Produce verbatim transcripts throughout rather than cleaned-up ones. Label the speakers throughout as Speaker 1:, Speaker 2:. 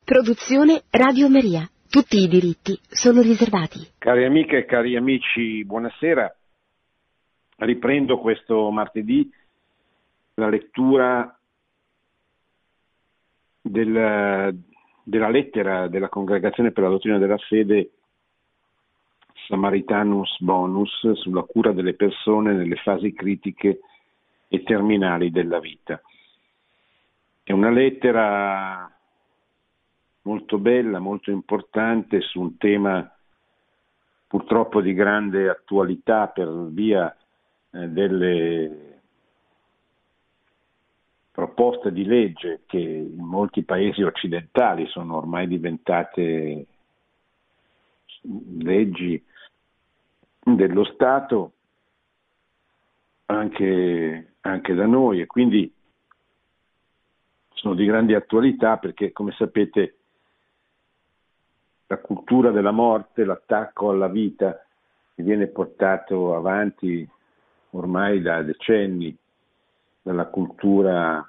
Speaker 1: Produzione Radio Maria. Tutti i diritti sono riservati.
Speaker 2: Cari amiche e cari amici, buonasera. Riprendo questo martedì la lettura del, della lettera della Congregazione per la Dottrina della Fede Samaritanus Bonus sulla cura delle persone nelle fasi critiche e terminali della vita. È una lettera molto bella, molto importante su un tema purtroppo di grande attualità per via eh, delle proposte di legge che in molti paesi occidentali sono ormai diventate leggi dello Stato, anche, anche da noi, e quindi sono di grande attualità perché, come sapete, la cultura della morte, l'attacco alla vita, che viene portato avanti ormai da decenni dalla cultura,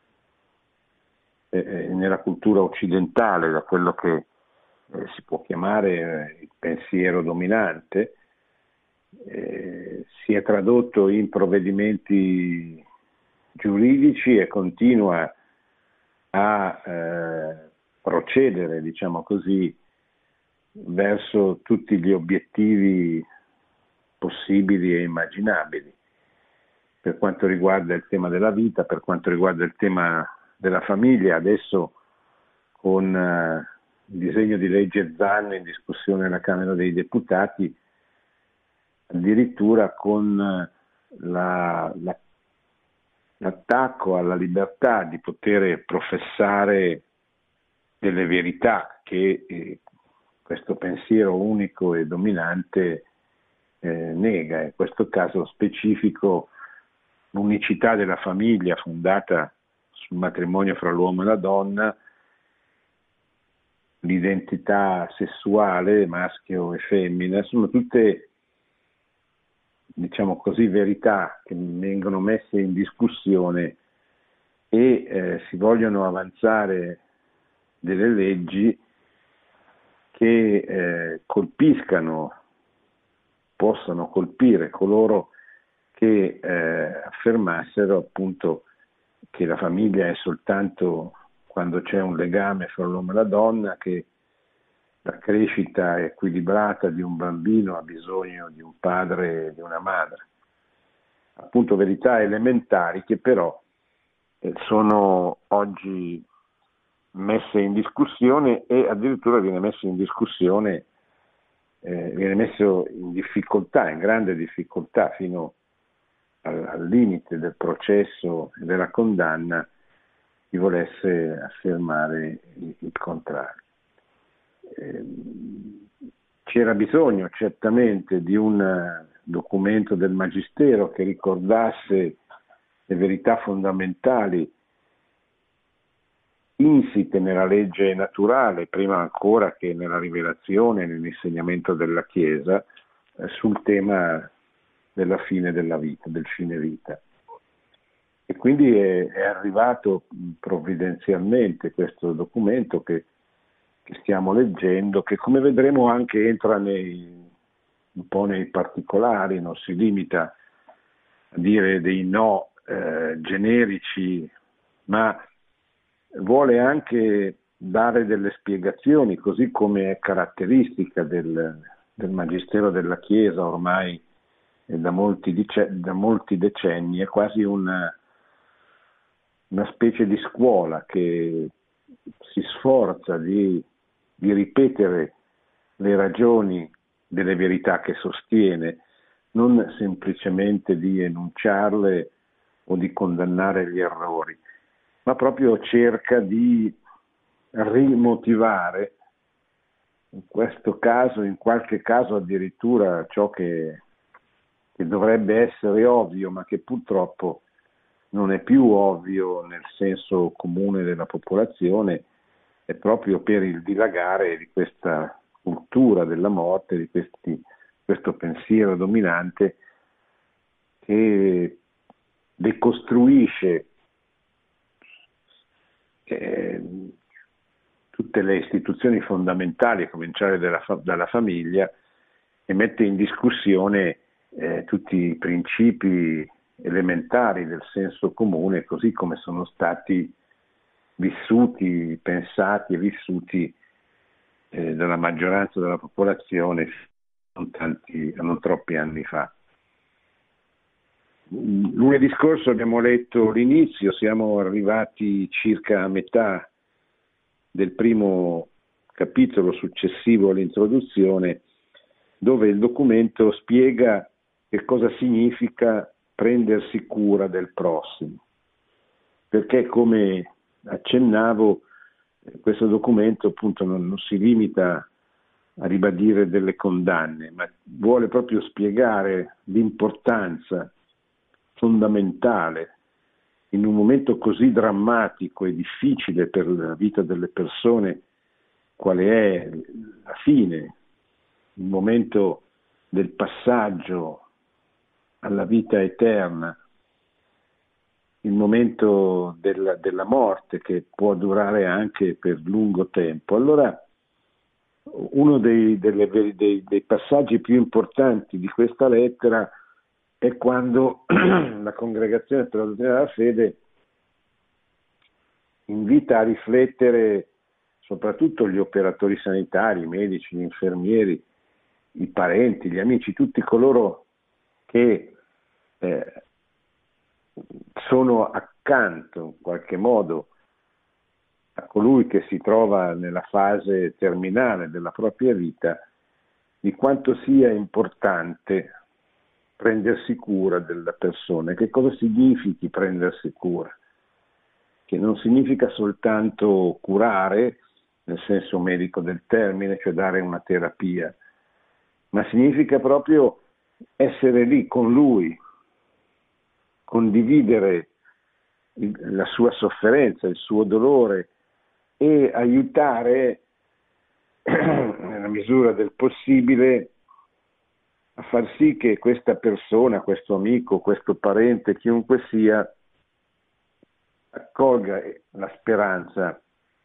Speaker 2: eh, nella cultura occidentale, da quello che eh, si può chiamare il pensiero dominante, eh, si è tradotto in provvedimenti giuridici e continua a eh, procedere, diciamo così, verso tutti gli obiettivi possibili e immaginabili, per quanto riguarda il tema della vita, per quanto riguarda il tema della famiglia. Adesso con eh, il disegno di legge Zan in discussione alla Camera dei Deputati, addirittura con la, la, l'attacco alla libertà di poter professare delle verità che eh, questo pensiero unico e dominante eh, nega. In questo caso specifico l'unicità della famiglia fondata sul matrimonio fra l'uomo e la donna, l'identità sessuale, maschio e femmina, sono tutte, diciamo così, verità che vengono messe in discussione e eh, si vogliono avanzare delle leggi che eh, colpiscano, possano colpire coloro che eh, affermassero appunto che la famiglia è soltanto quando c'è un legame fra l'uomo e la donna, che la crescita equilibrata di un bambino ha bisogno di un padre e di una madre. Appunto verità elementari che però eh, sono oggi messe in discussione e addirittura viene messo in discussione, eh, viene messo in difficoltà, in grande difficoltà, fino al, al limite del processo e della condanna, chi volesse affermare il, il contrario. Eh, c'era bisogno certamente di un documento del Magistero che ricordasse le verità fondamentali insite nella legge naturale, prima ancora che nella rivelazione, nell'insegnamento della Chiesa, eh, sul tema della fine della vita, del fine vita. E quindi è, è arrivato provvidenzialmente questo documento che, che stiamo leggendo, che come vedremo anche entra nei, un po' nei particolari, non si limita a dire dei no eh, generici, ma vuole anche dare delle spiegazioni, così come è caratteristica del, del Magistero della Chiesa ormai da molti, dice, da molti decenni. È quasi una, una specie di scuola che si sforza di, di ripetere le ragioni delle verità che sostiene, non semplicemente di enunciarle o di condannare gli errori, ma proprio cerca di rimotivare, in questo caso, in qualche caso addirittura ciò che, che dovrebbe essere ovvio, ma che purtroppo non è più ovvio nel senso comune della popolazione, è proprio per il dilagare di questa cultura della morte, di questi, questo pensiero dominante che decostruisce eh, tutte le istituzioni fondamentali, a cominciare dalla, dalla famiglia, e mette in discussione eh, tutti i principi elementari del senso comune, così come sono stati vissuti, pensati e vissuti eh, dalla maggioranza della popolazione non, tanti, non troppi anni fa. Lunedì scorso abbiamo letto l'inizio, siamo arrivati circa a metà del primo capitolo successivo all'introduzione, dove il documento spiega che cosa significa prendersi cura del prossimo, perché come accennavo questo documento appunto non, non si limita a ribadire delle condanne, ma vuole proprio spiegare l'importanza fondamentale in un momento così drammatico e difficile per la vita delle persone quale è la fine, il momento del passaggio alla vita eterna, il momento della, della morte che può durare anche per lungo tempo. Allora uno dei, delle, dei, dei passaggi più importanti di questa lettera è quando la Congregazione per la Dottrina della Fede invita a riflettere soprattutto gli operatori sanitari, i medici, gli infermieri, i parenti, gli amici, tutti coloro che eh, sono accanto in qualche modo a colui che si trova nella fase terminale della propria vita, di quanto sia importante prendersi cura della persona. Che cosa significhi prendersi cura? Che non significa soltanto curare, nel senso medico del termine, cioè dare una terapia, ma significa proprio essere lì con lui, condividere la sua sofferenza, il suo dolore e aiutare nella misura del possibile a far sì che questa persona, questo amico, questo parente, chiunque sia, accolga la speranza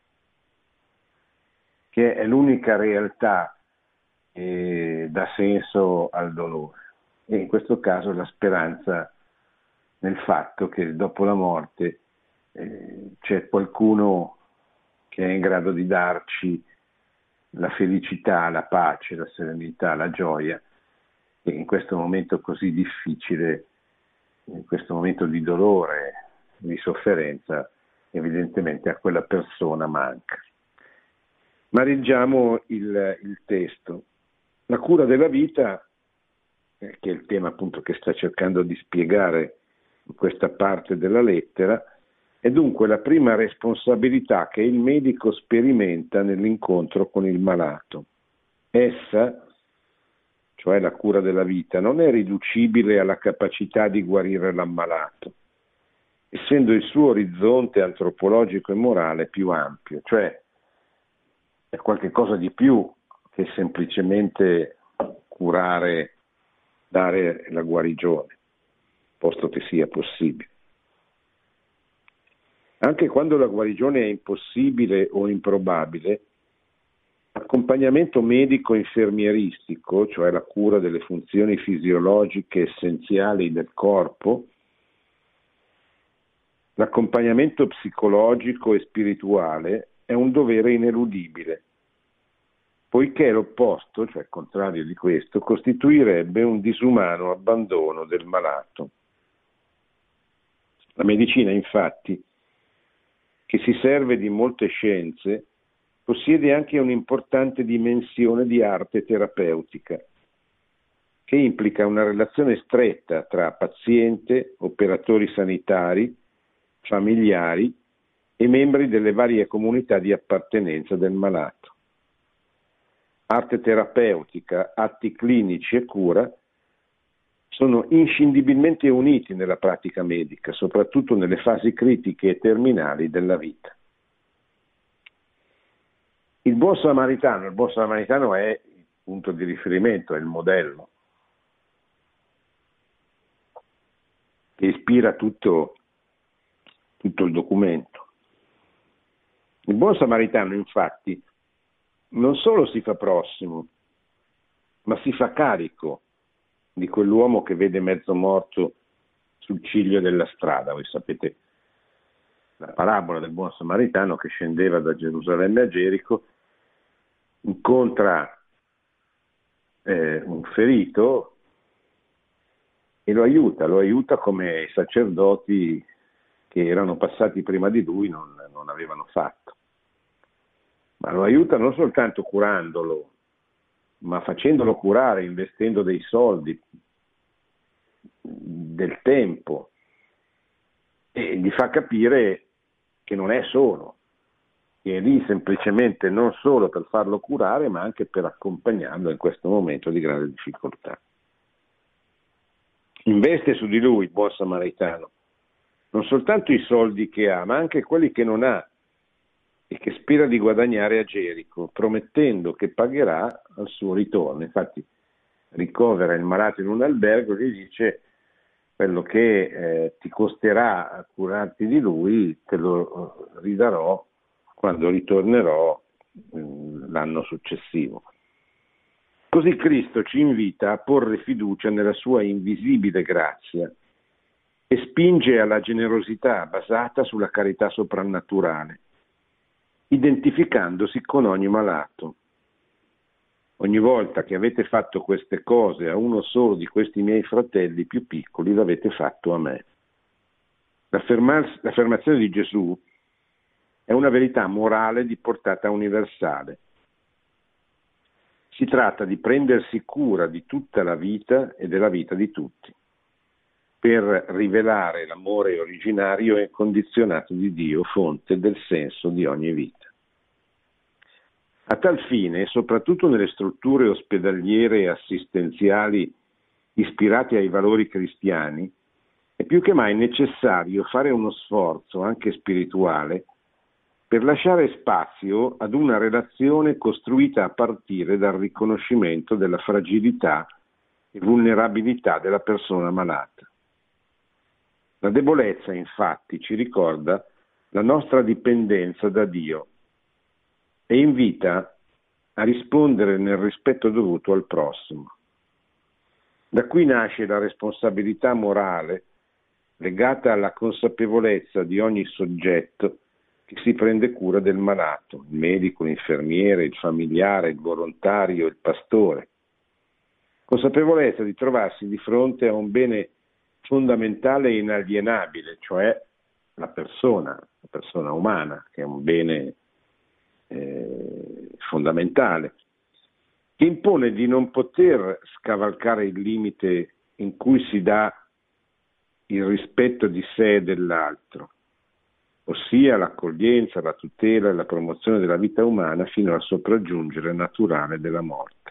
Speaker 2: che è l'unica realtà che dà senso al dolore, e in questo caso la speranza nel fatto che dopo la morte eh, c'è qualcuno che è in grado di darci la felicità, la pace, la serenità, la gioia, e in questo momento così difficile, in questo momento di dolore, di sofferenza, evidentemente a quella persona manca. Ma leggiamo il, il testo. La cura della vita, eh, che è il tema appunto che sta cercando di spiegare in questa parte della lettera, è dunque la prima responsabilità che il medico sperimenta nell'incontro con il malato. Essa, cioè la cura della vita, non è riducibile alla capacità di guarire l'ammalato, essendo il suo orizzonte antropologico e morale più ampio, cioè è qualcosa di più che semplicemente curare, dare la guarigione, posto che sia possibile. Anche quando la guarigione è impossibile o improbabile, l'accompagnamento medico-infermieristico, cioè la cura delle funzioni fisiologiche essenziali del corpo, l'accompagnamento psicologico e spirituale è un dovere ineludibile, poiché l'opposto, cioè il contrario di questo, costituirebbe un disumano abbandono del malato. La medicina, infatti, che si serve di molte scienze, possiede anche un'importante dimensione di arte terapeutica, che implica una relazione stretta tra paziente, operatori sanitari, familiari e membri delle varie comunità di appartenenza del malato. Arte terapeutica, atti clinici e cura sono inscindibilmente uniti nella pratica medica, soprattutto nelle fasi critiche e terminali della vita. Il buon samaritano, il buon samaritano è il punto di riferimento, è il modello che ispira tutto, tutto il documento. Il buon samaritano, infatti, non solo si fa prossimo, ma si fa carico di quell'uomo che vede mezzo morto sul ciglio della strada. Voi sapete la parabola del buon samaritano che scendeva da Gerusalemme a Gerico, incontra eh, un ferito e lo aiuta, lo aiuta come i sacerdoti che erano passati prima di lui non, non avevano fatto. Ma lo aiuta non soltanto curandolo, ma facendolo curare, investendo dei soldi, del tempo, e gli fa capire che non è solo, che è lì semplicemente non solo per farlo curare, ma anche per accompagnarlo in questo momento di grande difficoltà. Investe su di lui, il buon samaritano, non soltanto i soldi che ha, ma anche quelli che non ha e che spera di guadagnare a Gerico, promettendo che pagherà al suo ritorno. Infatti ricovera il malato in un albergo e gli dice: quello che eh, ti costerà a curarti di lui te lo ridarò quando ritornerò eh, l'anno successivo. Così Cristo ci invita a porre fiducia nella sua invisibile grazia e spinge alla generosità basata sulla carità soprannaturale, identificandosi con ogni malato. Ogni volta che avete fatto queste cose a uno solo di questi miei fratelli più piccoli, l'avete fatto a me. L'affermazione di Gesù è una verità morale di portata universale. Si tratta di prendersi cura di tutta la vita e della vita di tutti, per rivelare l'amore originario e condizionato di Dio, fonte del senso di ogni vita. A tal fine, soprattutto nelle strutture ospedaliere e assistenziali ispirate ai valori cristiani, è più che mai necessario fare uno sforzo, anche spirituale, per lasciare spazio ad una relazione costruita a partire dal riconoscimento della fragilità e vulnerabilità della persona malata. La debolezza, infatti, ci ricorda la nostra dipendenza da Dio e invita a rispondere nel rispetto dovuto al prossimo. Da qui nasce la responsabilità morale legata alla consapevolezza di ogni soggetto che si prende cura del malato, il medico, l'infermiere, il familiare, il volontario, il pastore. Consapevolezza di trovarsi di fronte a un bene fondamentale e inalienabile, cioè la persona, la persona umana, che è un bene eh, fondamentale, che impone di non poter scavalcare il limite in cui si dà il rispetto di sé e dell'altro, ossia l'accoglienza, la tutela e la promozione della vita umana fino al sopraggiungere naturale della morte.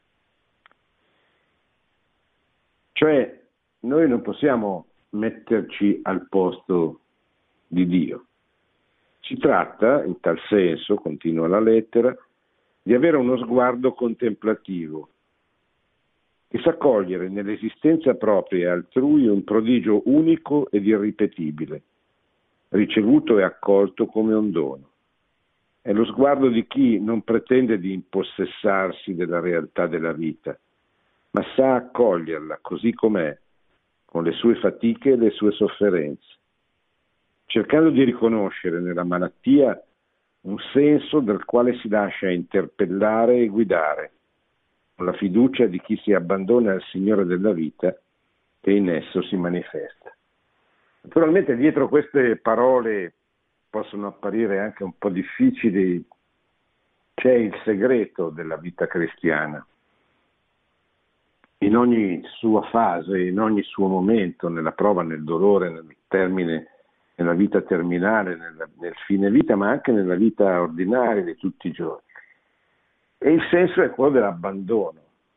Speaker 2: Cioè, noi non possiamo metterci al posto di Dio. Si tratta, in tal senso, continua la lettera, di avere uno sguardo contemplativo, che sa cogliere nell'esistenza propria e altrui un prodigio unico ed irripetibile, ricevuto e accolto come un dono. È lo sguardo di chi non pretende di impossessarsi della realtà della vita, ma sa accoglierla così com'è, con le sue fatiche e le sue sofferenze, cercando di riconoscere nella malattia un senso dal quale si lascia interpellare e guidare, con la fiducia di chi si abbandona al Signore della vita e in esso si manifesta. Naturalmente dietro queste parole possono apparire anche un po' difficili, c'è il segreto della vita cristiana. In ogni sua fase, in ogni suo momento, nella prova, nel dolore, nel termine, nella vita terminale, nel, nel fine vita, ma anche nella vita ordinaria di tutti i giorni. E il senso è quello dell'abbandono.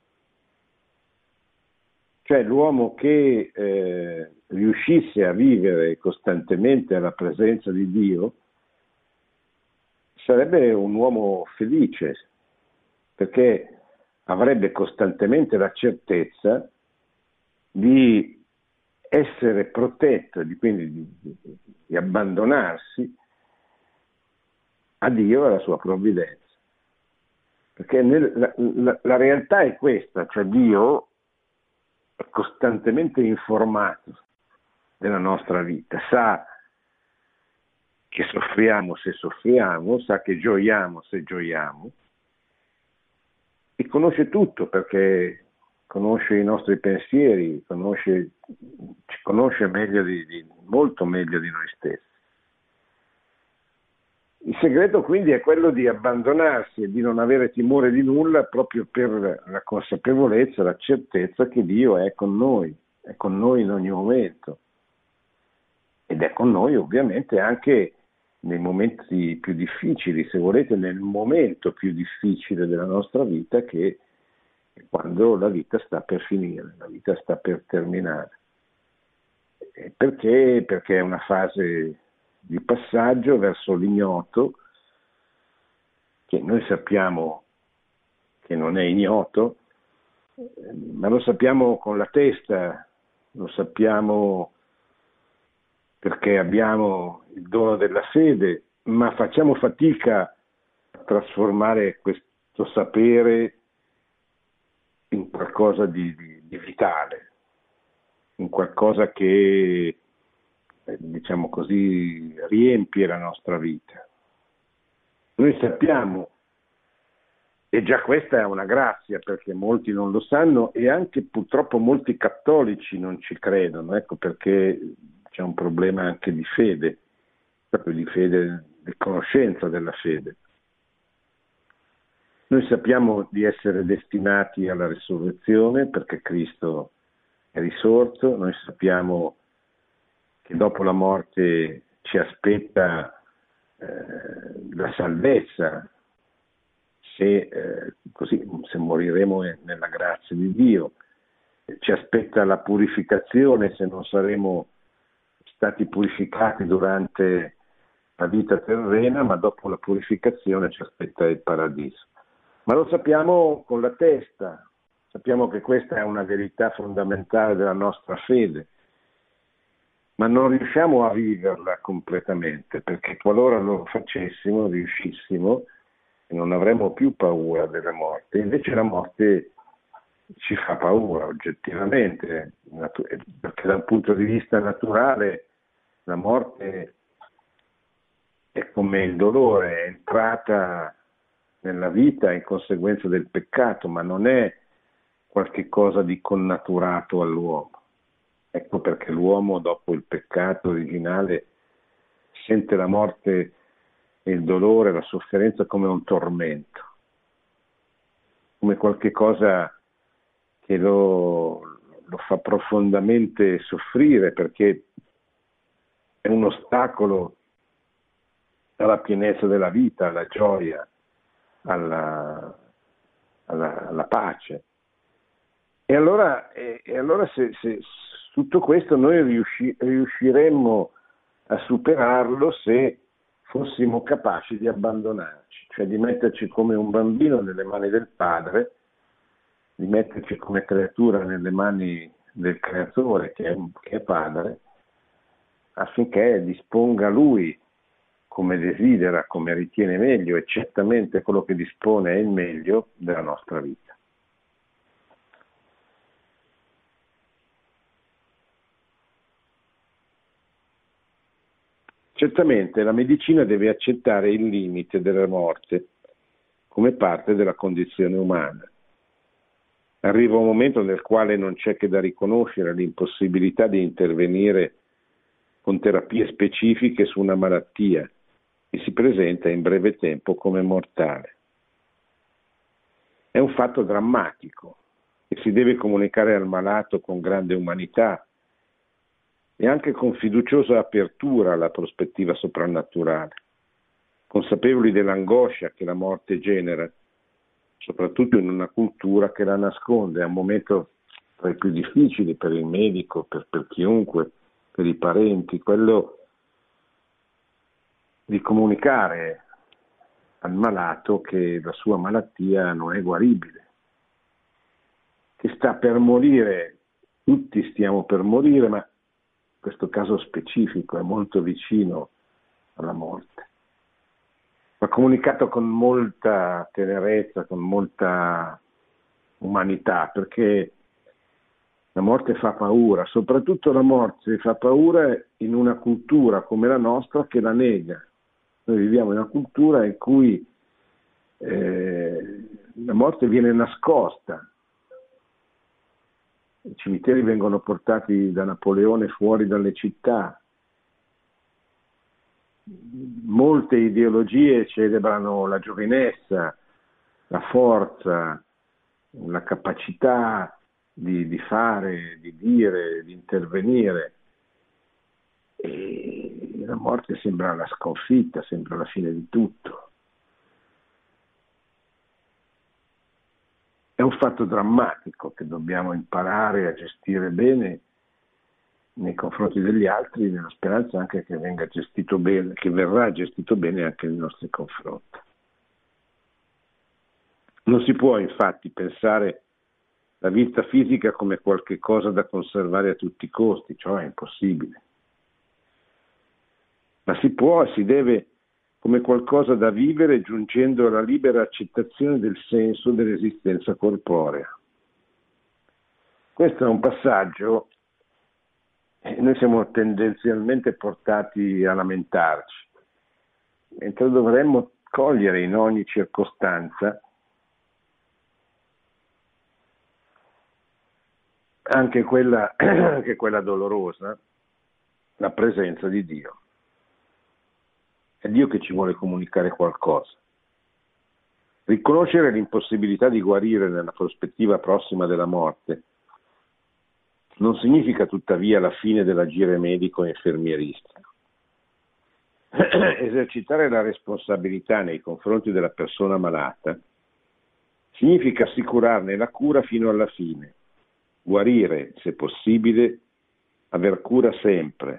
Speaker 2: Cioè l'uomo che eh, riuscisse a vivere costantemente alla presenza di Dio sarebbe un uomo felice, perché avrebbe costantemente la certezza di essere protetto e di, quindi di, di, di abbandonarsi a Dio e alla sua provvidenza. Perché nel, la, la, la realtà è questa, cioè Dio è costantemente informato della nostra vita, sa che soffriamo se soffriamo, sa che gioiamo se gioiamo, e conosce tutto perché conosce i nostri pensieri, conosce, ci conosce meglio di, di, molto meglio di noi stessi. Il segreto quindi è quello di abbandonarsi e di non avere timore di nulla proprio per la consapevolezza, la certezza che Dio è con noi, è con noi in ogni momento. Ed è con noi ovviamente anche nei momenti più difficili, se volete nel momento più difficile della nostra vita, che è quando la vita sta per finire, la vita sta per terminare. Perché? Perché è una fase di passaggio verso l'ignoto, che noi sappiamo che non è ignoto, ma lo sappiamo con la testa, lo sappiamo perché abbiamo il dono della fede, ma facciamo fatica a trasformare questo sapere in qualcosa di, di, di vitale, in qualcosa che, diciamo così, riempie la nostra vita. Noi sappiamo, e già questa è una grazia perché molti non lo sanno e anche purtroppo molti cattolici non ci credono, ecco perché c'è un problema anche di fede, proprio di fede, di conoscenza della fede. Noi sappiamo di essere destinati alla risurrezione perché Cristo è risorto, noi sappiamo che dopo la morte ci aspetta eh, la salvezza, se, eh, così, se moriremo nella grazia di Dio, ci aspetta la purificazione se non saremo stati purificati durante la vita terrena, ma dopo la purificazione ci aspetta il paradiso. Ma lo sappiamo con la testa, sappiamo che questa è una verità fondamentale della nostra fede, ma non riusciamo a viverla completamente, perché qualora lo facessimo, riuscissimo, non avremmo più paura della morte. Invece la morte ci fa paura oggettivamente, perché dal punto di vista naturale la morte è come il dolore, è entrata nella vita in conseguenza del peccato, ma non è qualche cosa di connaturato all'uomo. Ecco perché l'uomo dopo il peccato originale sente la morte e il dolore, la sofferenza come un tormento, come qualche cosa che lo, lo fa profondamente soffrire perché è un ostacolo alla pienezza della vita, alla gioia, alla, alla, alla pace. E allora, e, e allora se, se tutto questo noi riusci, riusciremmo a superarlo se fossimo capaci di abbandonarci, cioè di metterci come un bambino nelle mani del padre, di metterci come creatura nelle mani del creatore che è, che è padre, affinché disponga lui come desidera, come ritiene meglio, e certamente quello che dispone è il meglio della nostra vita. Certamente la medicina deve accettare il limite della morte come parte della condizione umana. Arriva un momento nel quale non c'è che da riconoscere l'impossibilità di intervenire con terapie specifiche su una malattia che si presenta in breve tempo come mortale. È un fatto drammatico che si deve comunicare al malato con grande umanità e anche con fiduciosa apertura alla prospettiva soprannaturale, consapevoli dell'angoscia che la morte genera, soprattutto in una cultura che la nasconde. È un momento tra i più difficili per il medico, per, per chiunque, per i parenti, quello di comunicare al malato che la sua malattia non è guaribile, che sta per morire, tutti stiamo per morire, ma questo caso specifico è molto vicino alla morte. va comunicato con molta tenerezza, con molta umanità, perché la morte fa paura, soprattutto la morte fa paura in una cultura come la nostra che la nega. Noi viviamo in una cultura in cui eh, la morte viene nascosta. I cimiteri vengono portati da Napoleone fuori dalle città. Molte ideologie celebrano la giovinezza, la forza, la capacità di, di fare, di dire, di intervenire. E la morte sembra la sconfitta, sembra la fine di tutto. È un fatto drammatico che dobbiamo imparare a gestire bene nei confronti degli altri, nella speranza anche che venga gestito bene, che verrà gestito bene anche nei nostri confronti. Non si può infatti pensare la vita fisica come qualche cosa da conservare a tutti i costi, ciò è impossibile. Ma si può e si deve come qualcosa da vivere giungendo alla libera accettazione del senso dell'esistenza corporea. Questo è un passaggio e noi siamo tendenzialmente portati a lamentarci, mentre dovremmo cogliere in ogni circostanza anche quella, anche quella dolorosa, la presenza di Dio. È Dio che ci vuole comunicare qualcosa. Riconoscere l'impossibilità di guarire nella prospettiva prossima della morte non significa tuttavia la fine dell'agire medico e infermieristico. Esercitare la responsabilità nei confronti della persona malata significa assicurarne la cura fino alla fine, guarire, se possibile, aver cura sempre.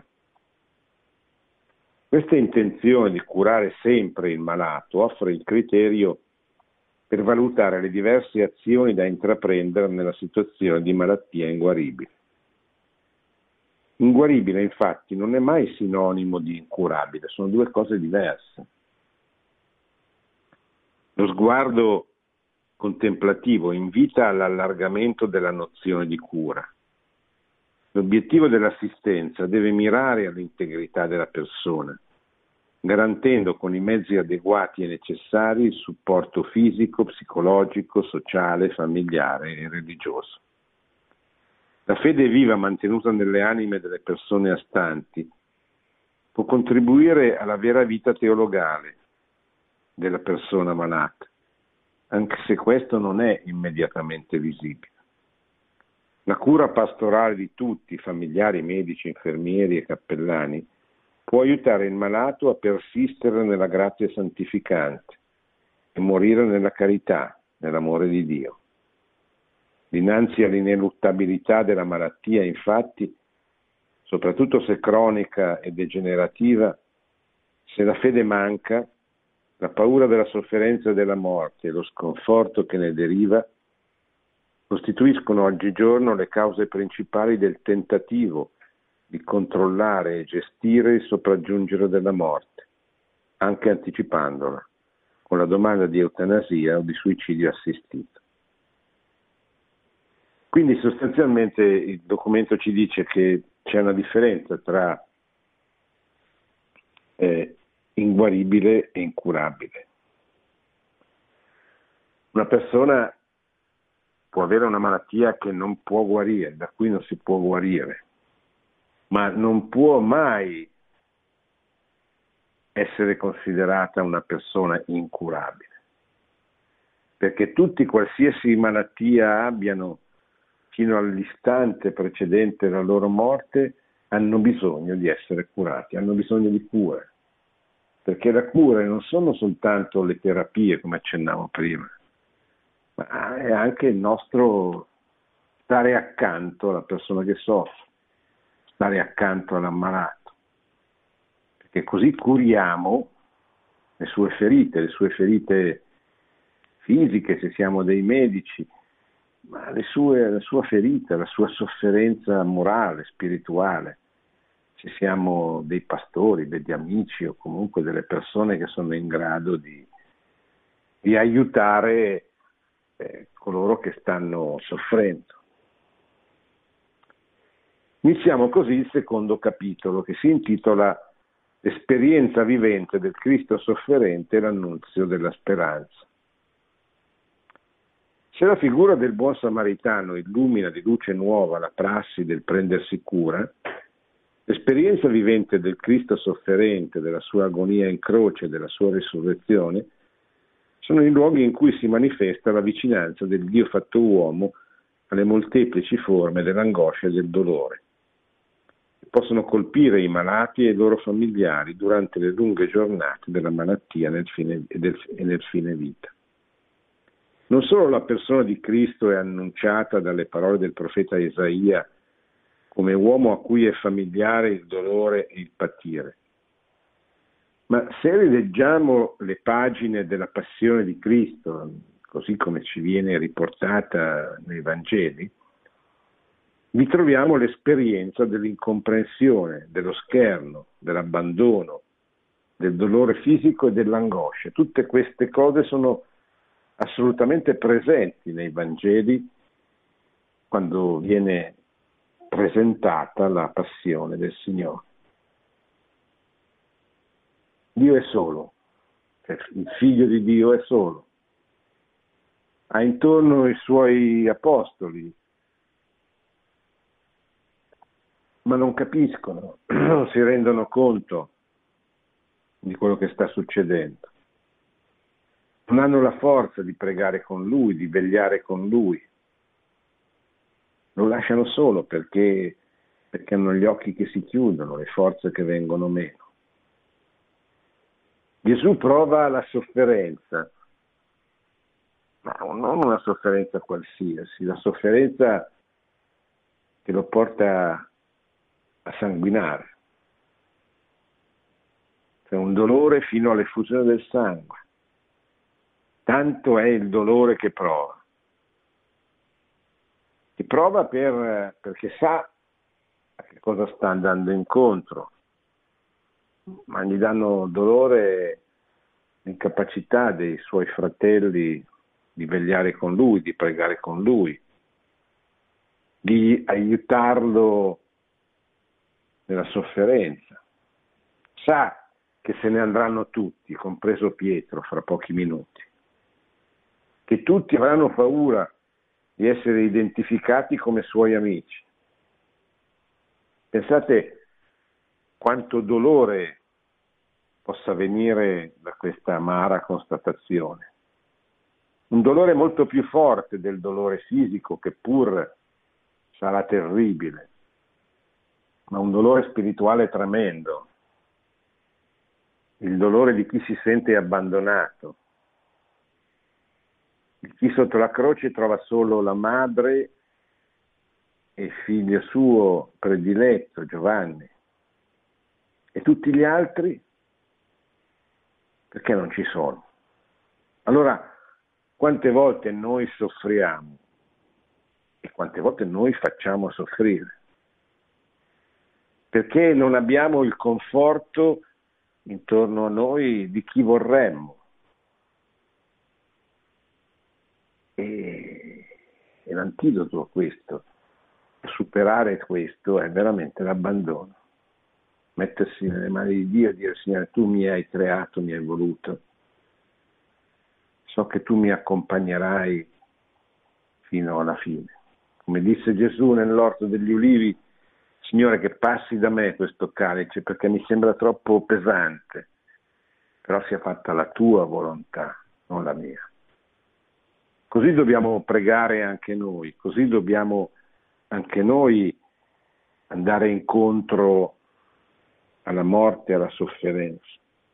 Speaker 2: Questa intenzione di curare sempre il malato offre il criterio per valutare le diverse azioni da intraprendere nella situazione di malattia inguaribile. Inguaribile, infatti, non è mai sinonimo di incurabile, sono due cose diverse. Lo sguardo contemplativo invita all'allargamento della nozione di cura. L'obiettivo dell'assistenza deve mirare all'integrità della persona, garantendo con i mezzi adeguati e necessari il supporto fisico, psicologico, sociale, familiare e religioso. La fede viva mantenuta nelle anime delle persone astanti può contribuire alla vera vita teologale della persona malata, anche se questo non è immediatamente visibile. La cura pastorale di tutti, familiari, medici, infermieri e cappellani, può aiutare il malato a persistere nella grazia santificante e morire nella carità, nell'amore di Dio. Dinanzi all'ineluttabilità della malattia, infatti, soprattutto se cronica e degenerativa, se la fede manca, la paura della sofferenza e della morte e lo sconforto che ne deriva costituiscono oggigiorno le cause principali del tentativo di controllare e gestire il sopraggiungere della morte, anche anticipandola, con la domanda di eutanasia o di suicidio assistito. Quindi sostanzialmente il documento ci dice che c'è una differenza tra eh, inguaribile e incurabile. Una persona può avere una malattia che non può guarire, da cui non si può guarire, ma non può mai essere considerata una persona incurabile, perché tutti, qualsiasi malattia abbiano, fino all'istante precedente la loro morte, hanno bisogno di essere curati, hanno bisogno di cure, perché la cura non sono soltanto le terapie, come accennavo prima, ma è anche il nostro stare accanto alla persona che soffre, stare accanto all'ammalato, perché così curiamo le sue ferite, le sue ferite fisiche, se siamo dei medici, ma le sue, la sua ferita, la sua sofferenza morale, spirituale. se siamo dei pastori, degli amici o comunque delle persone che sono in grado di, di aiutare eh, coloro che stanno soffrendo. Iniziamo così il secondo capitolo, che si intitola Esperienza vivente del Cristo sofferente e l'annunzio della speranza. Se la figura del buon samaritano illumina di luce nuova la prassi del prendersi cura, l'esperienza vivente del Cristo sofferente, della sua agonia in croce e della sua risurrezione, sono i luoghi in cui si manifesta la vicinanza del Dio fatto uomo alle molteplici forme dell'angoscia e del dolore. Possono colpire i malati e i loro familiari durante le lunghe giornate della malattia nel fine, e, del, e nel fine vita. Non solo la persona di Cristo è annunciata dalle parole del profeta Isaia come uomo a cui è familiare il dolore e il patire, ma se rileggiamo le pagine della passione di Cristo, così come ci viene riportata nei Vangeli, vi troviamo l'esperienza dell'incomprensione, dello scherno, dell'abbandono, del dolore fisico e dell'angoscia. Tutte queste cose sono assolutamente presenti nei Vangeli quando viene presentata la passione del Signore. Dio è solo, il Figlio di Dio è solo, ha intorno i suoi apostoli, ma non capiscono, non si rendono conto di quello che sta succedendo. Non hanno la forza di pregare con Lui, di vegliare con Lui. Lo lasciano solo perché, perché hanno gli occhi che si chiudono, le forze che vengono meno. Gesù prova la sofferenza, ma non una sofferenza qualsiasi, la sofferenza che lo porta a sanguinare. C'è un dolore fino all'effusione del sangue. Tanto è il dolore che prova. Che prova per, perché sa a che cosa sta andando incontro, ma gli danno dolore l'incapacità dei suoi fratelli di vegliare con lui, di pregare con lui, di aiutarlo nella sofferenza. Sa che se ne andranno tutti, compreso Pietro, fra pochi minuti, che tutti avranno paura di essere identificati come suoi amici. Pensate quanto dolore possa venire da questa amara constatazione. Un dolore molto più forte del dolore fisico, che pur sarà terribile, ma un dolore spirituale tremendo. Il dolore di chi si sente abbandonato, di chi sotto la croce trova solo la madre e il figlio suo prediletto, Giovanni, e tutti gli altri perché non ci sono. Allora, quante volte noi soffriamo e quante volte noi facciamo soffrire? Perché non abbiamo il conforto intorno a noi di chi vorremmo. E, e l'antidoto a questo, a superare questo, è veramente l'abbandono. Mettersi nelle mani di Dio e dire: Signore, tu mi hai creato, mi hai voluto, so che tu mi accompagnerai fino alla fine. Come disse Gesù nell'orto degli ulivi: Signore, che passi da me questo calice, perché mi sembra troppo pesante, però sia fatta la tua volontà, non la mia. Così dobbiamo pregare anche noi, così dobbiamo anche noi andare incontro alla morte e alla sofferenza.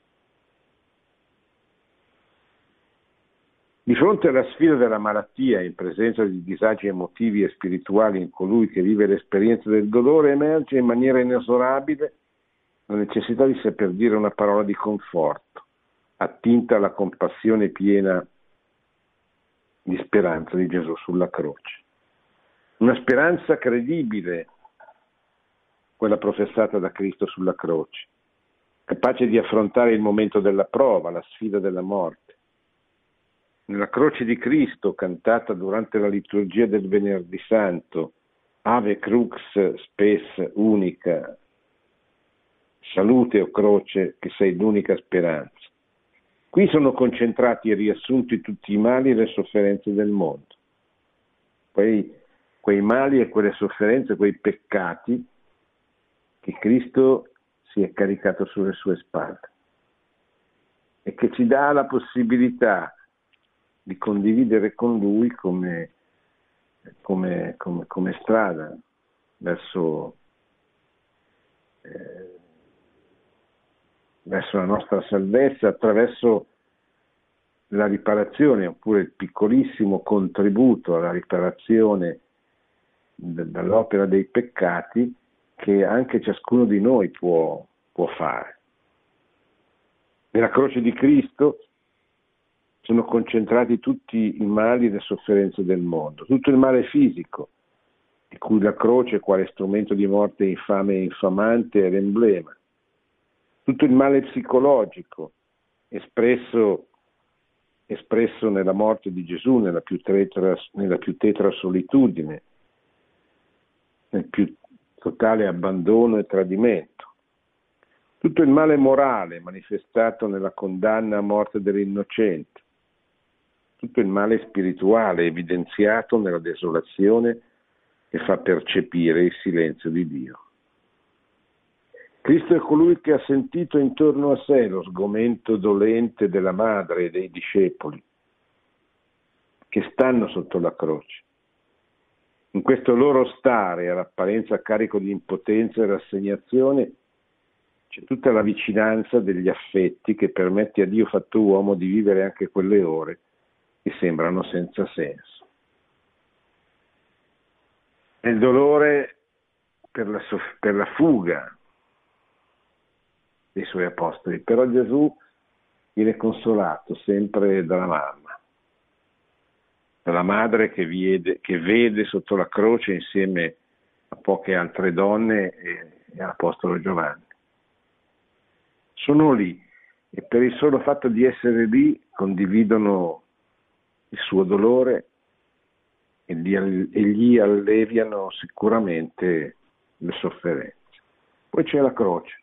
Speaker 2: Di fronte alla sfida della malattia, in presenza di disagi emotivi e spirituali in colui che vive l'esperienza del dolore, emerge in maniera inesorabile la necessità di saper dire una parola di conforto, attinta alla compassione piena di speranza di Gesù sulla croce. Una speranza credibile, quella professata da Cristo sulla croce, capace di affrontare il momento della prova, la sfida della morte. Nella croce di Cristo, cantata durante la liturgia del Venerdì Santo, Ave crux spes unica, salute o croce che sei l'unica speranza. Qui sono concentrati e riassunti tutti i mali e le sofferenze del mondo. Quei, quei mali e quelle sofferenze, quei peccati che Cristo si è caricato sulle sue spalle e che ci dà la possibilità di condividere con Lui come, come, come, come strada verso, eh, verso la nostra salvezza, attraverso la riparazione, oppure il piccolissimo contributo alla riparazione d- dall'opera dei peccati che anche ciascuno di noi può, può fare. Nella croce di Cristo sono concentrati tutti i mali e le sofferenze del mondo, tutto il male fisico, di cui la croce, quale strumento di morte infame e infamante, è l'emblema, tutto il male psicologico, espresso, espresso nella morte di Gesù, nella più tetra, nella più tetra solitudine, nel più totale abbandono e tradimento. Tutto il male morale manifestato nella condanna a morte dell'innocente. Tutto il male spirituale evidenziato nella desolazione che fa percepire il silenzio di Dio. Cristo è colui che ha sentito intorno a sé lo sgomento dolente della madre e dei discepoli che stanno sotto la croce. In questo loro stare, all'apparenza carico di impotenza e rassegnazione, c'è tutta la vicinanza degli affetti che permette a Dio fatto uomo di vivere anche quelle ore che sembrano senza senso. Nel dolore per la, soff- per la fuga dei suoi apostoli, però Gesù viene consolato sempre dalla mamma, dalla madre che vede, che vede sotto la croce insieme a poche altre donne e, e all'apostolo Giovanni. Sono lì e per il solo fatto di essere lì condividono il suo dolore e gli, e gli alleviano sicuramente le sofferenze. Poi c'è la croce,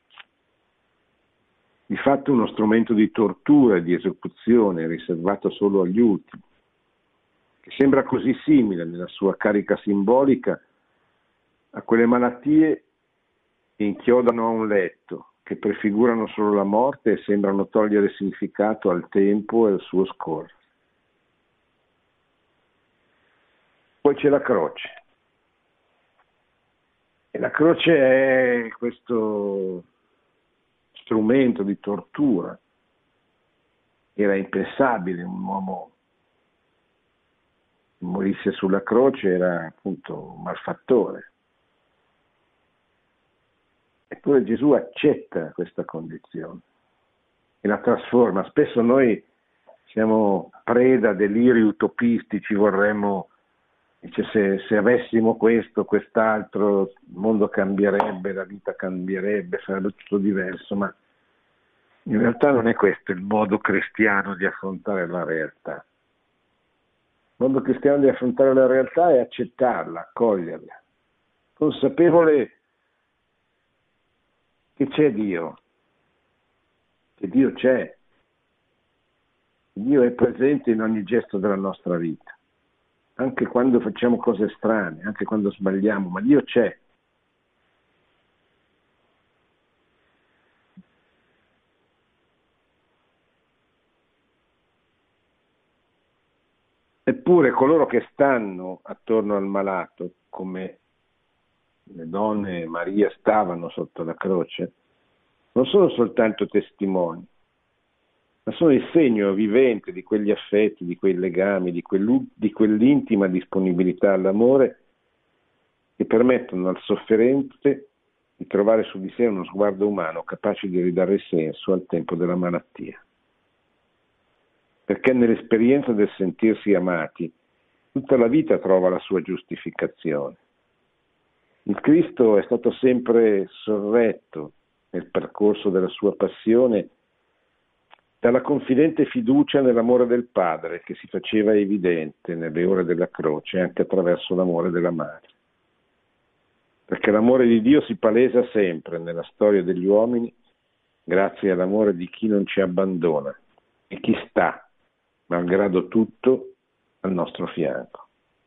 Speaker 2: di fatto uno strumento di tortura e di esecuzione riservato solo agli ultimi, che sembra così simile nella sua carica simbolica a quelle malattie che inchiodano a un letto, che prefigurano solo la morte e sembrano togliere significato al tempo e al suo scorrere. Poi c'è la croce. E la croce è questo strumento di tortura. Era impensabile un uomo che morisse sulla croce, era appunto un malfattore. Eppure Gesù accetta questa condizione e la trasforma. Spesso noi siamo preda deliri utopistici, vorremmo, dice, se, se avessimo questo, quest'altro, il mondo cambierebbe, la vita cambierebbe, sarebbe tutto diverso, ma in realtà non è questo il modo cristiano di affrontare la realtà. Il modo cristiano di affrontare la realtà è accettarla, accoglierla, consapevole che c'è Dio, che Dio c'è, Dio è presente in ogni gesto della nostra vita, anche quando facciamo cose strane, anche quando sbagliamo, ma Dio c'è. Eppure coloro che stanno attorno al malato, come le donne e Maria stavano sotto la croce, non sono soltanto testimoni, ma sono il segno vivente di quegli affetti, di quei legami, di, di quell'intima disponibilità all'amore che permettono al sofferente di trovare su di sé uno sguardo umano capace di ridare senso al tempo della malattia. Perché nell'esperienza del sentirsi amati, tutta la vita trova la sua giustificazione. Il Cristo è stato sempre sorretto nel percorso della sua passione dalla confidente fiducia nell'amore del Padre che si faceva evidente nelle ore della croce anche attraverso l'amore della Madre. Perché l'amore di Dio si palesa sempre nella storia degli uomini grazie all'amore di chi non ci abbandona e chi sta, malgrado tutto, al nostro fianco.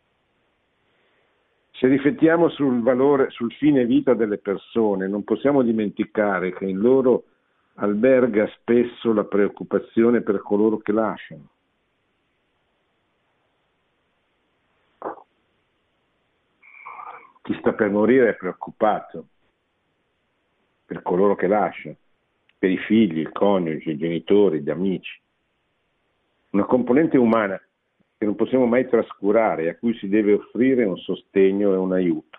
Speaker 2: Se riflettiamo sul valore, sul fine vita delle persone, non possiamo dimenticare che in loro alberga spesso la preoccupazione per coloro che lasciano. Chi sta per morire è preoccupato per coloro che lascia, per i figli, il coniuge, i genitori, gli amici. Una componente umana che non possiamo mai trascurare e a cui si deve offrire un sostegno e un aiuto.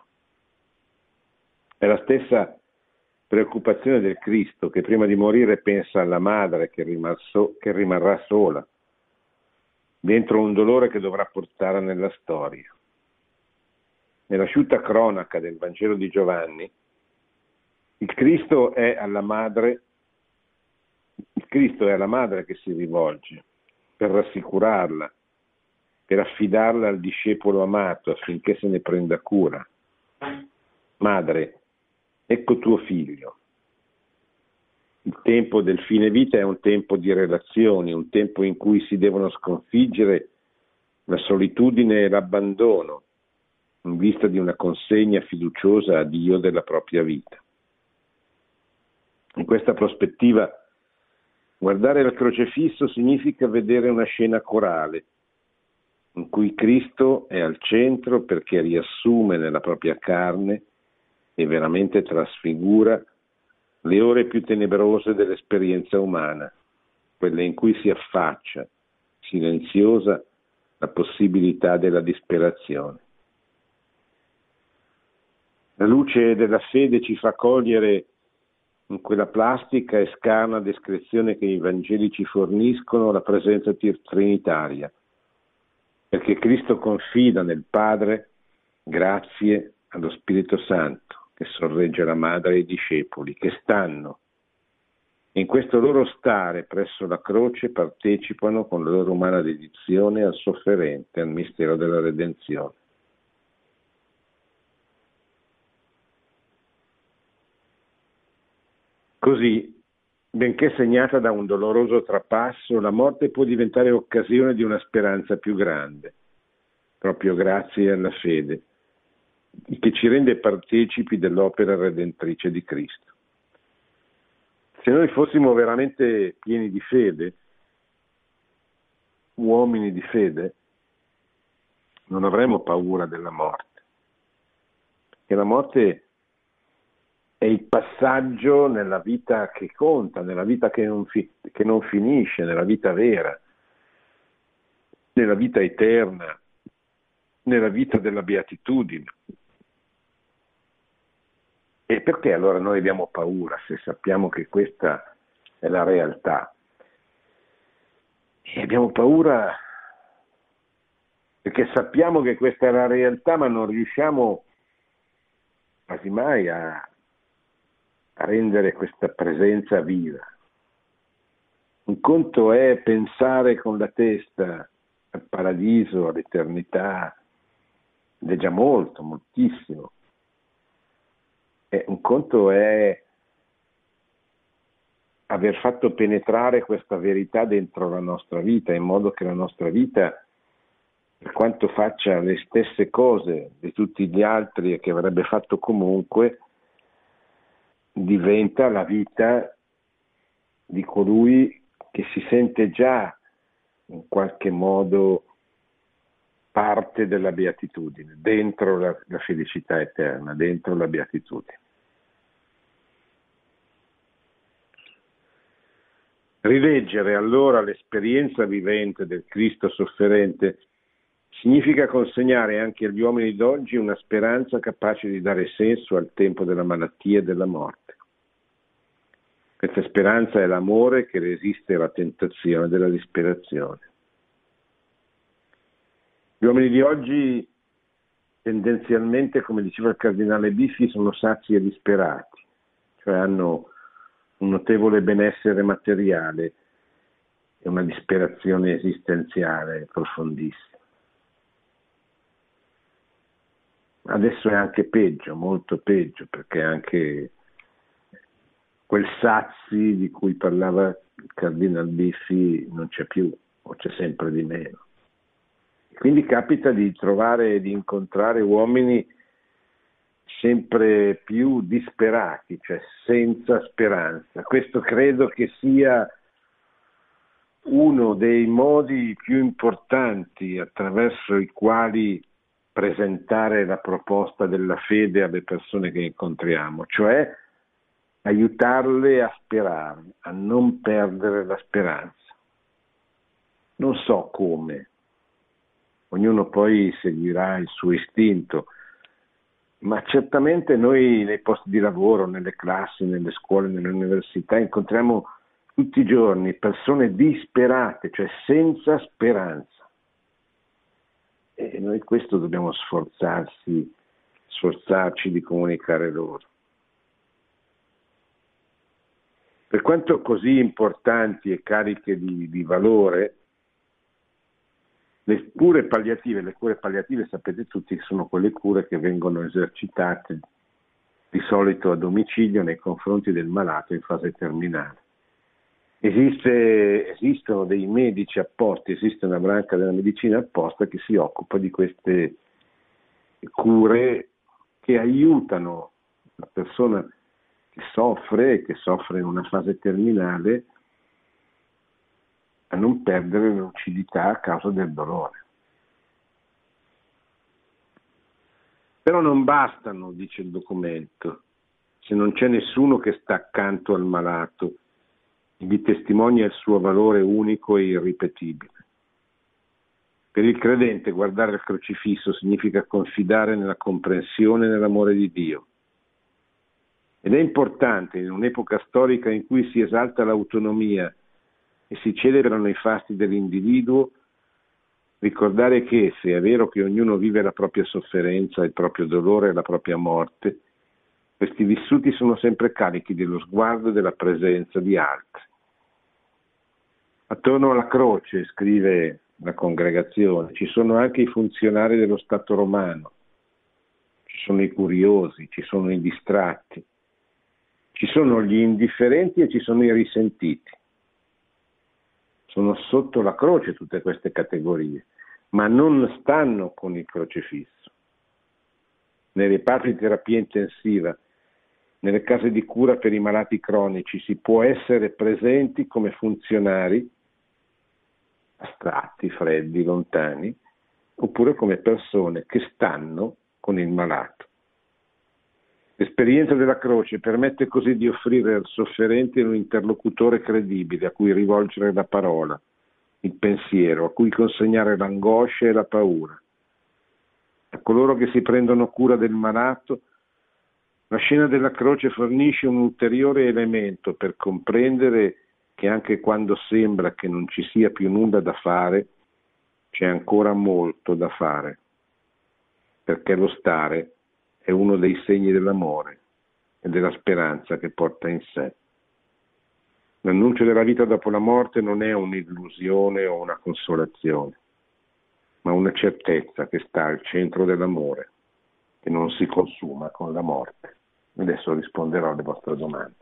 Speaker 2: È la stessa preoccupazione del Cristo che prima di morire pensa alla madre che, rimarso, che rimarrà sola, dentro un dolore che dovrà portare nella storia. Nell'asciutta cronaca del Vangelo di Giovanni, il Cristo è alla madre, il Cristo è alla madre che si rivolge per rassicurarla, per affidarla al discepolo amato affinché se ne prenda cura. Madre, ecco tuo figlio. Il tempo del fine vita è un tempo di relazioni, un tempo in cui si devono sconfiggere la solitudine e l'abbandono, in vista di una consegna fiduciosa a Dio della propria vita. In questa prospettiva, guardare il crocefisso significa vedere una scena corale, in cui Cristo è al centro perché riassume nella propria carne e veramente trasfigura le ore più tenebrose dell'esperienza umana, quelle in cui si affaccia, silenziosa, la possibilità della disperazione. La luce della fede ci fa cogliere in quella plastica e scarna descrizione che i Vangeli ci forniscono la presenza trinitaria, perché Cristo confida nel Padre grazie allo Spirito Santo che sorregge la Madre e i discepoli che stanno e in questo loro stare presso la croce partecipano con la loro umana dedizione al sofferente, al mistero della redenzione. Così, benché segnata da un doloroso trapasso, la morte può diventare occasione di una speranza più grande, proprio grazie alla fede, che ci rende partecipi dell'opera redentrice di Cristo. Se noi fossimo veramente pieni di fede, uomini di fede, non avremmo paura della morte, perché la morte è il passaggio nella vita che conta, nella vita che non, fi- che non finisce, nella vita vera, nella vita eterna, nella vita della beatitudine. E perché allora noi abbiamo paura se sappiamo che questa è la realtà? E abbiamo paura perché sappiamo che questa è la realtà, ma non riusciamo quasi mai a, a rendere questa presenza viva. Un conto è pensare con la testa al paradiso, all'eternità, ed è già molto, moltissimo. E un conto è aver fatto penetrare questa verità dentro la nostra vita, in modo che la nostra vita, per quanto faccia le stesse cose di tutti gli altri e che avrebbe fatto comunque, diventa la vita di colui che si sente già in qualche modo parte della beatitudine, dentro la, la felicità eterna, dentro la beatitudine. Rileggere allora l'esperienza vivente del Cristo sofferente significa consegnare anche agli uomini d'oggi una speranza capace di dare senso al tempo della malattia e della morte. Questa speranza è l'amore che resiste alla tentazione della disperazione. Gli uomini di oggi tendenzialmente, come diceva il cardinale Biffi, sono sazi e disperati, cioè hanno un notevole benessere materiale e una disperazione esistenziale profondissima. Adesso è anche peggio, molto peggio, perché anche quel sazi di cui parlava il cardinale Biffi non c'è più, o c'è sempre di meno. Quindi capita di trovare e di incontrare uomini sempre più disperati, cioè senza speranza. Questo credo che sia uno dei modi più importanti attraverso i quali presentare la proposta della fede alle persone che incontriamo, cioè aiutarle a sperare, a non perdere la speranza. Non so come, ognuno poi seguirà il suo istinto, ma certamente noi nei posti di lavoro, nelle classi, nelle scuole, nelle università incontriamo tutti i giorni persone disperate, cioè senza speranza. E noi questo dobbiamo sforzarsi, sforzarci di comunicare loro. Per quanto così importanti e cariche di, di valore, le cure palliative, le cure palliative sapete tutti che sono quelle cure che vengono esercitate di solito a domicilio nei confronti del malato in fase terminale. Esiste, esistono dei medici apposta, esiste una branca della medicina apposta che si occupa di queste cure che aiutano la persona che soffre, che soffre in una fase terminale, a non perdere la lucidità a causa del dolore. Però non bastano, dice il documento, se non c'è nessuno che sta accanto al malato, vi testimonia il suo valore unico e irripetibile. Per il credente guardare al crocifisso significa confidare nella comprensione e nell'amore di Dio. Ed è importante, in un'epoca storica in cui si esalta l'autonomia e si celebrano i fasti dell'individuo, ricordare che, se è vero che ognuno vive la propria sofferenza, il proprio dolore e la propria morte, questi vissuti sono sempre carichi dello sguardo e della presenza di altri. Attorno alla croce, scrive la congregazione, ci sono anche i funzionari dello Stato romano, ci sono i curiosi, ci sono i distratti, ci sono gli indifferenti e ci sono i risentiti. Sono sotto la croce tutte queste categorie, ma non stanno con il crocifisso. Nei reparti di terapia intensiva, nelle case di cura per i malati cronici, si può essere presenti come funzionari, astratti, freddi, lontani, oppure come persone che stanno con il malato. L'esperienza della croce permette così di offrire al sofferente un interlocutore credibile a cui rivolgere la parola, il pensiero, a cui consegnare l'angoscia e la paura. A coloro che si prendono cura del malato, la scena della croce fornisce un ulteriore elemento per comprendere che anche quando sembra che non ci sia più nulla da fare, c'è ancora molto da fare, perché lo stare è uno dei segni dell'amore e della speranza che porta in sé. L'annuncio della vita dopo la morte non è un'illusione o una consolazione, ma una certezza che sta al centro dell'amore, che non si consuma con la morte. Adesso risponderò alle vostre domande.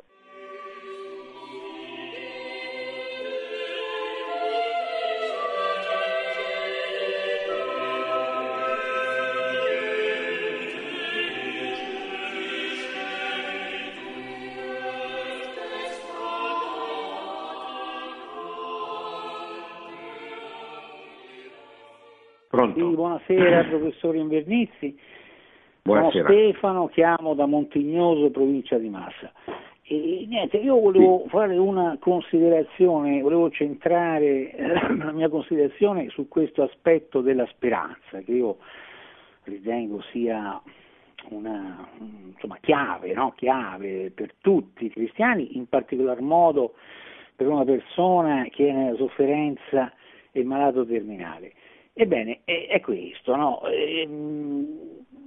Speaker 3: Pronto? Sì, buonasera professore Invernizzi.
Speaker 2: Buonasera.
Speaker 3: Sono Stefano, chiamo da Montignoso, provincia di Massa. E niente, io volevo sì. fare una considerazione, volevo centrare eh, la mia considerazione su questo aspetto della speranza, che io ritengo sia una insomma, chiave, no? chiave per tutti i cristiani, in particolar modo per una persona che è nella sofferenza e malato terminale. Ebbene, è, è questo, no? E,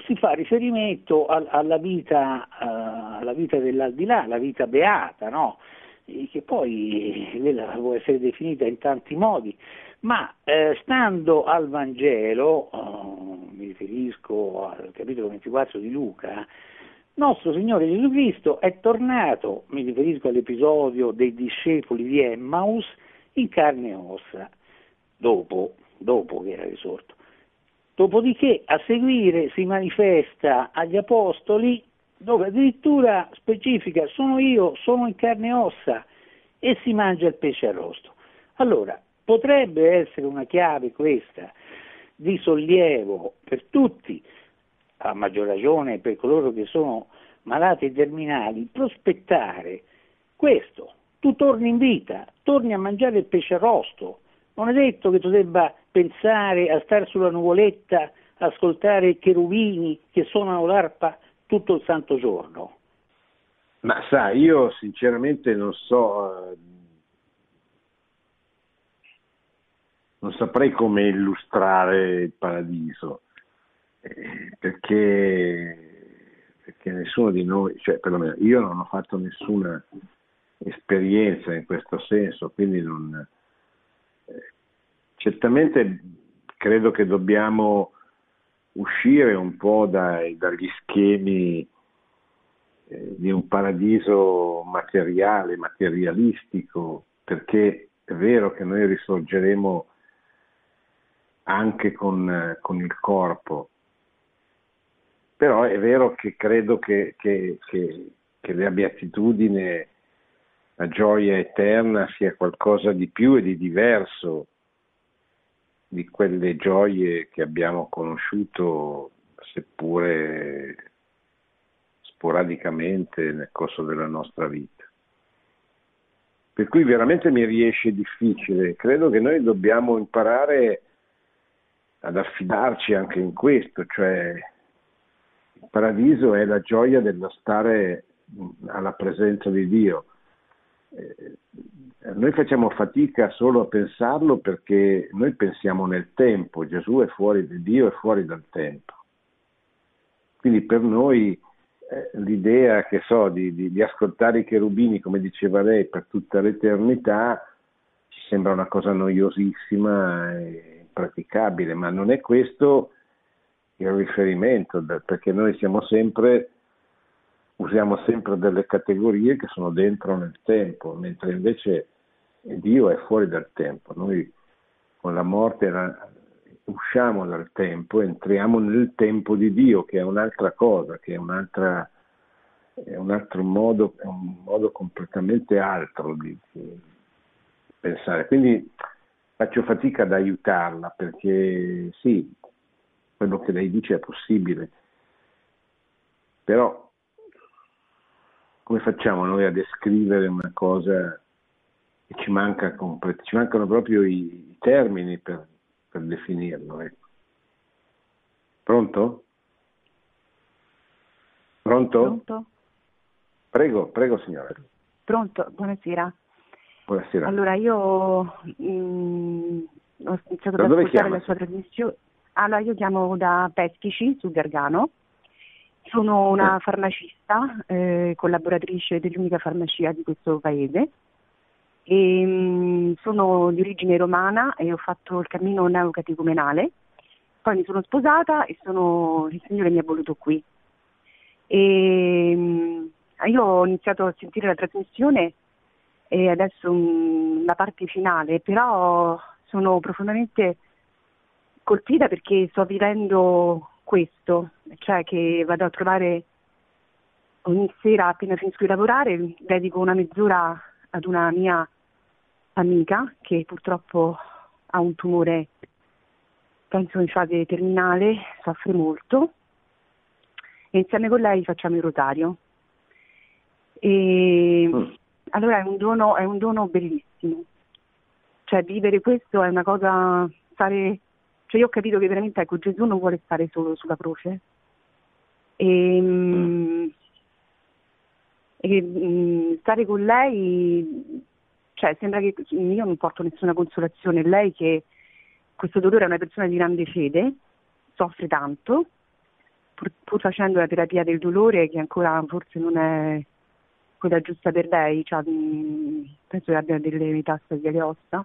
Speaker 3: si fa riferimento a, alla vita, uh, alla vita dell'aldilà, la vita beata, no? Che poi eh, può essere definita in tanti modi, ma eh, stando al Vangelo, uh, mi riferisco al capitolo ventiquattro di Luca, nostro Signore Gesù Cristo è tornato, mi riferisco all'episodio dei discepoli di Emmaus, in carne e ossa, dopo, dopo che era risorto. Dopodiché a seguire si manifesta agli apostoli, dove addirittura specifica sono io, sono in carne e ossa, e si mangia il pesce arrosto. Allora, potrebbe essere una chiave questa di sollievo per tutti, a maggior ragione per coloro che sono malati e terminali, prospettare questo: tu torni in vita, torni a mangiare il pesce arrosto. Non è detto che tu debba pensare a stare sulla nuvoletta, ascoltare i cherubini che suonano l'arpa tutto il santo giorno.
Speaker 2: Ma sai, io sinceramente non so, non saprei come illustrare il paradiso, eh, perché, perché nessuno di noi, cioè perlomeno io non ho fatto nessuna esperienza in questo senso, quindi non, eh, certamente credo che dobbiamo uscire un po' dai, dagli schemi eh, di un paradiso materiale, materialistico, perché è vero che noi risorgeremo anche con, con il corpo, però è vero che credo che, che, che, che la beatitudine, la gioia eterna sia qualcosa di più e di diverso di quelle gioie che abbiamo conosciuto, seppure sporadicamente nel corso della nostra vita. Per cui veramente mi riesce difficile. Credo che noi dobbiamo imparare ad affidarci anche in questo, cioè il paradiso è la gioia dello stare alla presenza di Dio. Eh, noi facciamo fatica solo a pensarlo perché noi pensiamo nel tempo. Gesù è fuori di Dio, è fuori dal tempo. Quindi per noi eh, l'idea, che so, di, di, di ascoltare i cherubini, come diceva lei, per tutta l'eternità, ci sembra una cosa noiosissima e impraticabile, ma non è questo il riferimento, perché noi siamo sempre usiamo sempre delle categorie che sono dentro nel tempo, mentre invece Dio è fuori dal tempo. Noi con la morte usciamo dal tempo, entriamo nel tempo di Dio, che è un'altra cosa, che è un'altra, è un altro modo, è un modo completamente altro di, di pensare. Quindi faccio fatica ad aiutarla, perché sì, quello che lei dice è possibile, però come facciamo noi a descrivere una cosa che ci manca complet- ci mancano proprio i, i termini per, per definirlo, ecco. Pronto? Pronto?
Speaker 4: Pronto?
Speaker 2: Prego, prego signora.
Speaker 4: Pronto, buonasera.
Speaker 2: Buonasera.
Speaker 4: Allora io mh, ho iniziato
Speaker 2: Da
Speaker 4: ad
Speaker 2: dove
Speaker 4: ascoltare
Speaker 2: chiama?
Speaker 4: la sua trasmissione. Allora io chiamo da Peschici, sul Gargano. Sono una
Speaker 2: Eh.
Speaker 4: farmacista, eh, collaboratrice dell'unica farmacia di questo paese. E, mh, sono di origine romana e ho fatto il cammino neocatecumenale. Poi mi sono sposata e sono, il Signore mi ha voluto qui. E, mh, io ho iniziato a sentire la trasmissione e adesso mh, la parte finale, però sono profondamente colpita perché sto vivendo questo, cioè che vado a trovare ogni sera appena finisco di lavorare, dedico una mezz'ora ad una mia amica che purtroppo ha un tumore, penso in fase terminale, soffre molto, e insieme con lei facciamo il rosario. E
Speaker 2: Mm.
Speaker 4: allora è un dono, è un dono bellissimo, cioè vivere questo è una cosa, stare, cioè io ho capito che veramente, ecco, Gesù non vuole stare solo sulla croce e, mm. e mm, stare con lei, cioè sembra che io non porto nessuna consolazione, lei che questo dolore è una persona di grande fede, soffre tanto, pur, pur facendo la terapia del dolore, che ancora forse non è quella giusta per lei, cioè, mh, penso che abbia delle metastasi alle ossa.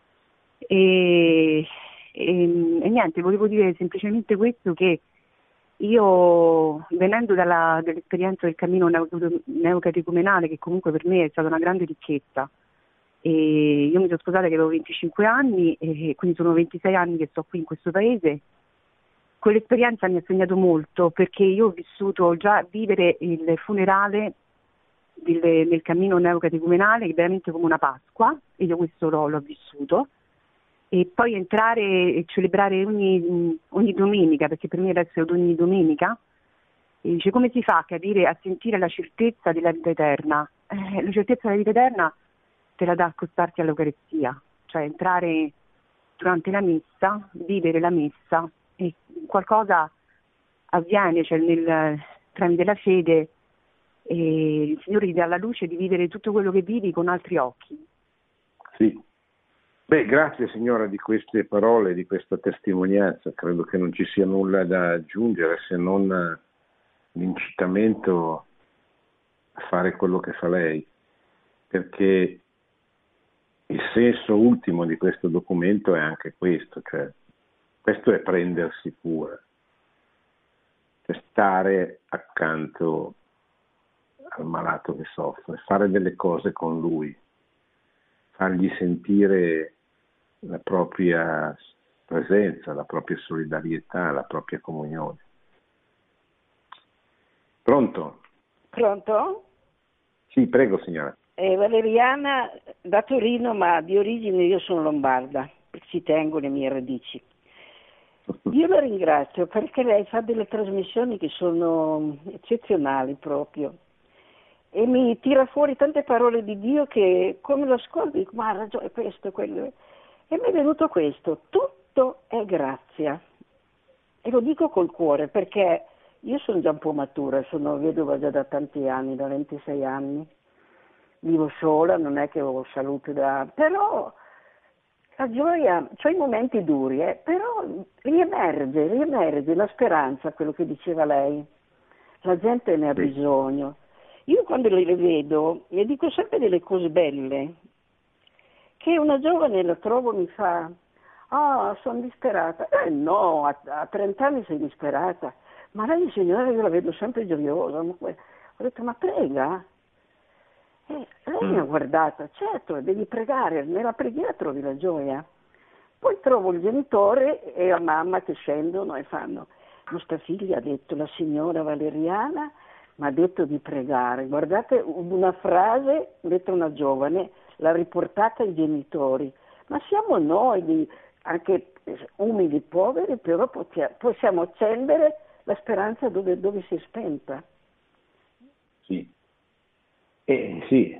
Speaker 4: E, e, e niente, volevo dire semplicemente questo, che io, venendo dalla, dall'esperienza del cammino neo- neocatecumenale, che comunque per me è stata una grande ricchezza, e io mi sono sposata che avevo venticinque anni, e quindi sono ventisei anni che sto qui in questo paese. Quell'esperienza mi ha segnato molto, perché io ho vissuto già vivere il funerale del, nel cammino neocatecumenale veramente come una Pasqua, e io questo l'ho, l'ho vissuto, e poi entrare e celebrare ogni, ogni domenica, perché per me adesso è ogni domenica, e dice: come si fa a capire, a sentire la certezza della vita eterna? Eh, la certezza della vita eterna te la dà accostarti all'Eucaristia, cioè entrare durante la messa, vivere la messa, e qualcosa avviene, cioè nel, tramite la fede, e il Signore ti dà la luce di vivere tutto quello che vivi con altri occhi.
Speaker 2: Sì. Beh, grazie signora di queste parole, di questa testimonianza. Credo che non ci sia nulla da aggiungere, se non l'incitamento a fare quello che fa lei, perché il senso ultimo di questo documento è anche questo, cioè questo è prendersi cura, cioè stare accanto al malato che soffre, fare delle cose con lui, fargli sentire la propria presenza, la propria solidarietà, la propria comunione. Pronto?
Speaker 5: Pronto?
Speaker 2: Sì, prego signora.
Speaker 5: Eh, Valeriana da Torino, ma di origine io sono lombarda, ci tengo le mie radici. Io la ringrazio perché lei fa delle trasmissioni che sono eccezionali proprio, e mi tira fuori tante parole di Dio che come lo ascolto dico: ma ha ragione, questo, quello. E mi è venuto questo: tutto è grazia. E lo dico col cuore, perché io sono già un po' matura, sono vedova già da tanti anni, da ventisei anni. Vivo sola, non è che ho salute da... però la gioia, c'ho i momenti duri, eh, però riemerge, riemerge la speranza, quello che diceva lei. La gente ne ha
Speaker 2: Sì.
Speaker 5: bisogno. Io quando le vedo, le dico sempre delle cose belle, che una giovane la trovo mi fa: ah, oh, sono disperata. Eh no, a, a trenta anni sei disperata. Ma lei, signora, io la vedo sempre gioiosa. Ho detto: ma prega. E lei mi ha guardata: certo, devi pregare, nella preghiera trovi la gioia. Poi trovo il genitore e la mamma che scendono e fanno: nostra figlia ha detto, la signora Valeriana mi ha detto di pregare. Guardate, una frase detta una giovane, l'ha riportata ai genitori. Ma siamo noi, di, anche umili, poveri, però possiamo accendere la speranza dove, dove si è spenta.
Speaker 2: Sì. Eh, sì,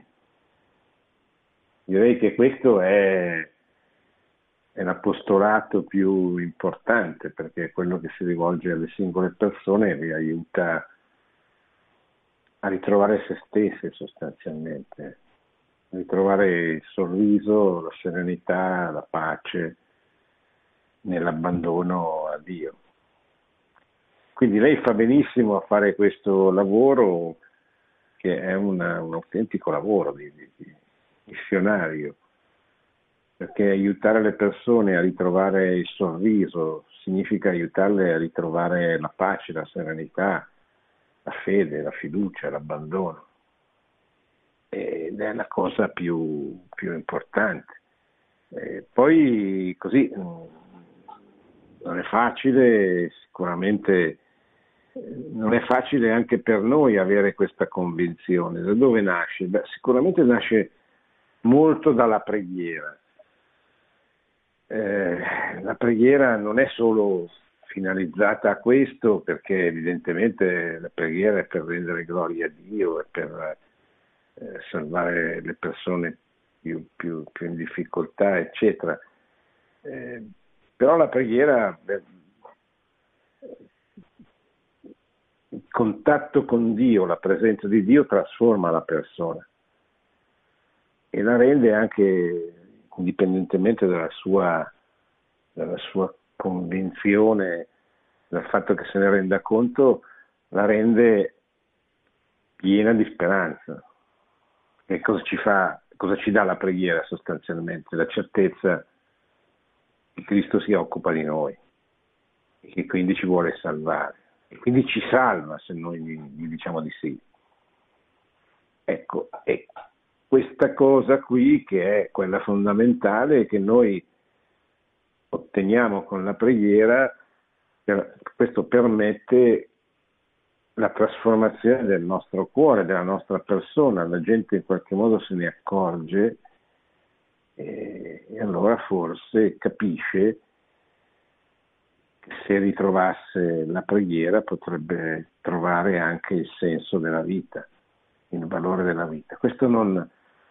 Speaker 2: direi che questo è, è l'apostolato più importante, perché è quello che si rivolge alle singole persone e vi aiuta a ritrovare se stesse sostanzialmente, a ritrovare il sorriso, la serenità, la pace nell'abbandono a Dio. Quindi lei fa benissimo a fare questo lavoro, che è una, un autentico lavoro di, di, di missionario, perché aiutare le persone a ritrovare il sorriso significa aiutarle a ritrovare la pace, la serenità, la fede, la fiducia, l'abbandono, ed è la cosa più, più importante. E poi così non è facile, sicuramente non è facile anche per noi avere questa convinzione. Da dove nasce? Beh, sicuramente nasce molto dalla preghiera. Eh, la preghiera non è solo finalizzata a questo, perché evidentemente la preghiera è per rendere gloria a Dio, è per eh, salvare le persone più, più, più in difficoltà, eccetera. Eh, però la preghiera, beh, il contatto con Dio, la presenza di Dio trasforma la persona e la rende anche, indipendentemente dalla sua, dalla sua convinzione, dal fatto che se ne renda conto, la rende piena di speranza. E cosa ci fa, cosa ci dà la preghiera sostanzialmente? La certezza che Cristo si occupa di noi e che quindi ci vuole salvare e quindi ci salva se noi gli, gli diciamo di sì. Ecco, e questa cosa qui che è quella fondamentale che noi otteniamo con la preghiera, questo permette la trasformazione del nostro cuore, della nostra persona, la gente in qualche modo se ne accorge e, e allora forse capisce che se ritrovasse la preghiera potrebbe trovare anche il senso della vita, il valore della vita. Questo non,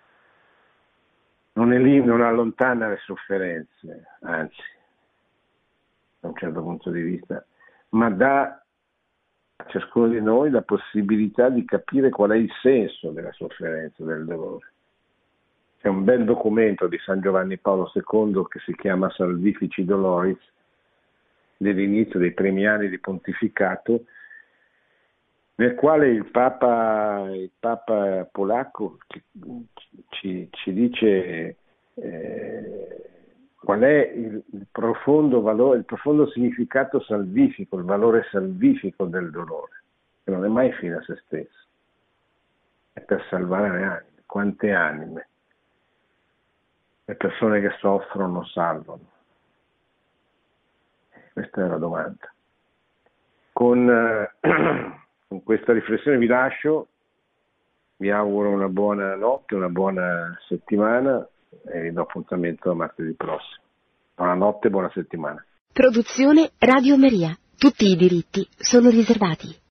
Speaker 2: non, elim- non allontana le sofferenze, anzi, da un certo punto di vista, ma dà a ciascuno di noi la possibilità di capire qual è il senso della sofferenza, del dolore. C'è un bel documento di San Giovanni Paolo secondo che si chiama Salvifici Doloris, dell'inizio dei primi anni di pontificato, nel quale il Papa, il Papa polacco ci, ci dice eh, qual è il, il profondo valore, il profondo significato salvifico, il valore salvifico del dolore, che non è mai fine a se stesso, è per salvare le anime. Quante anime le persone che soffrono salvano? Questa è la domanda. Con, eh, con questa riflessione vi lascio, vi auguro una buona notte, una buona settimana e vi do appuntamento a martedì prossimo. Buonanotte e buona settimana.
Speaker 1: Produzione Radio Maria. Tutti i diritti sono riservati.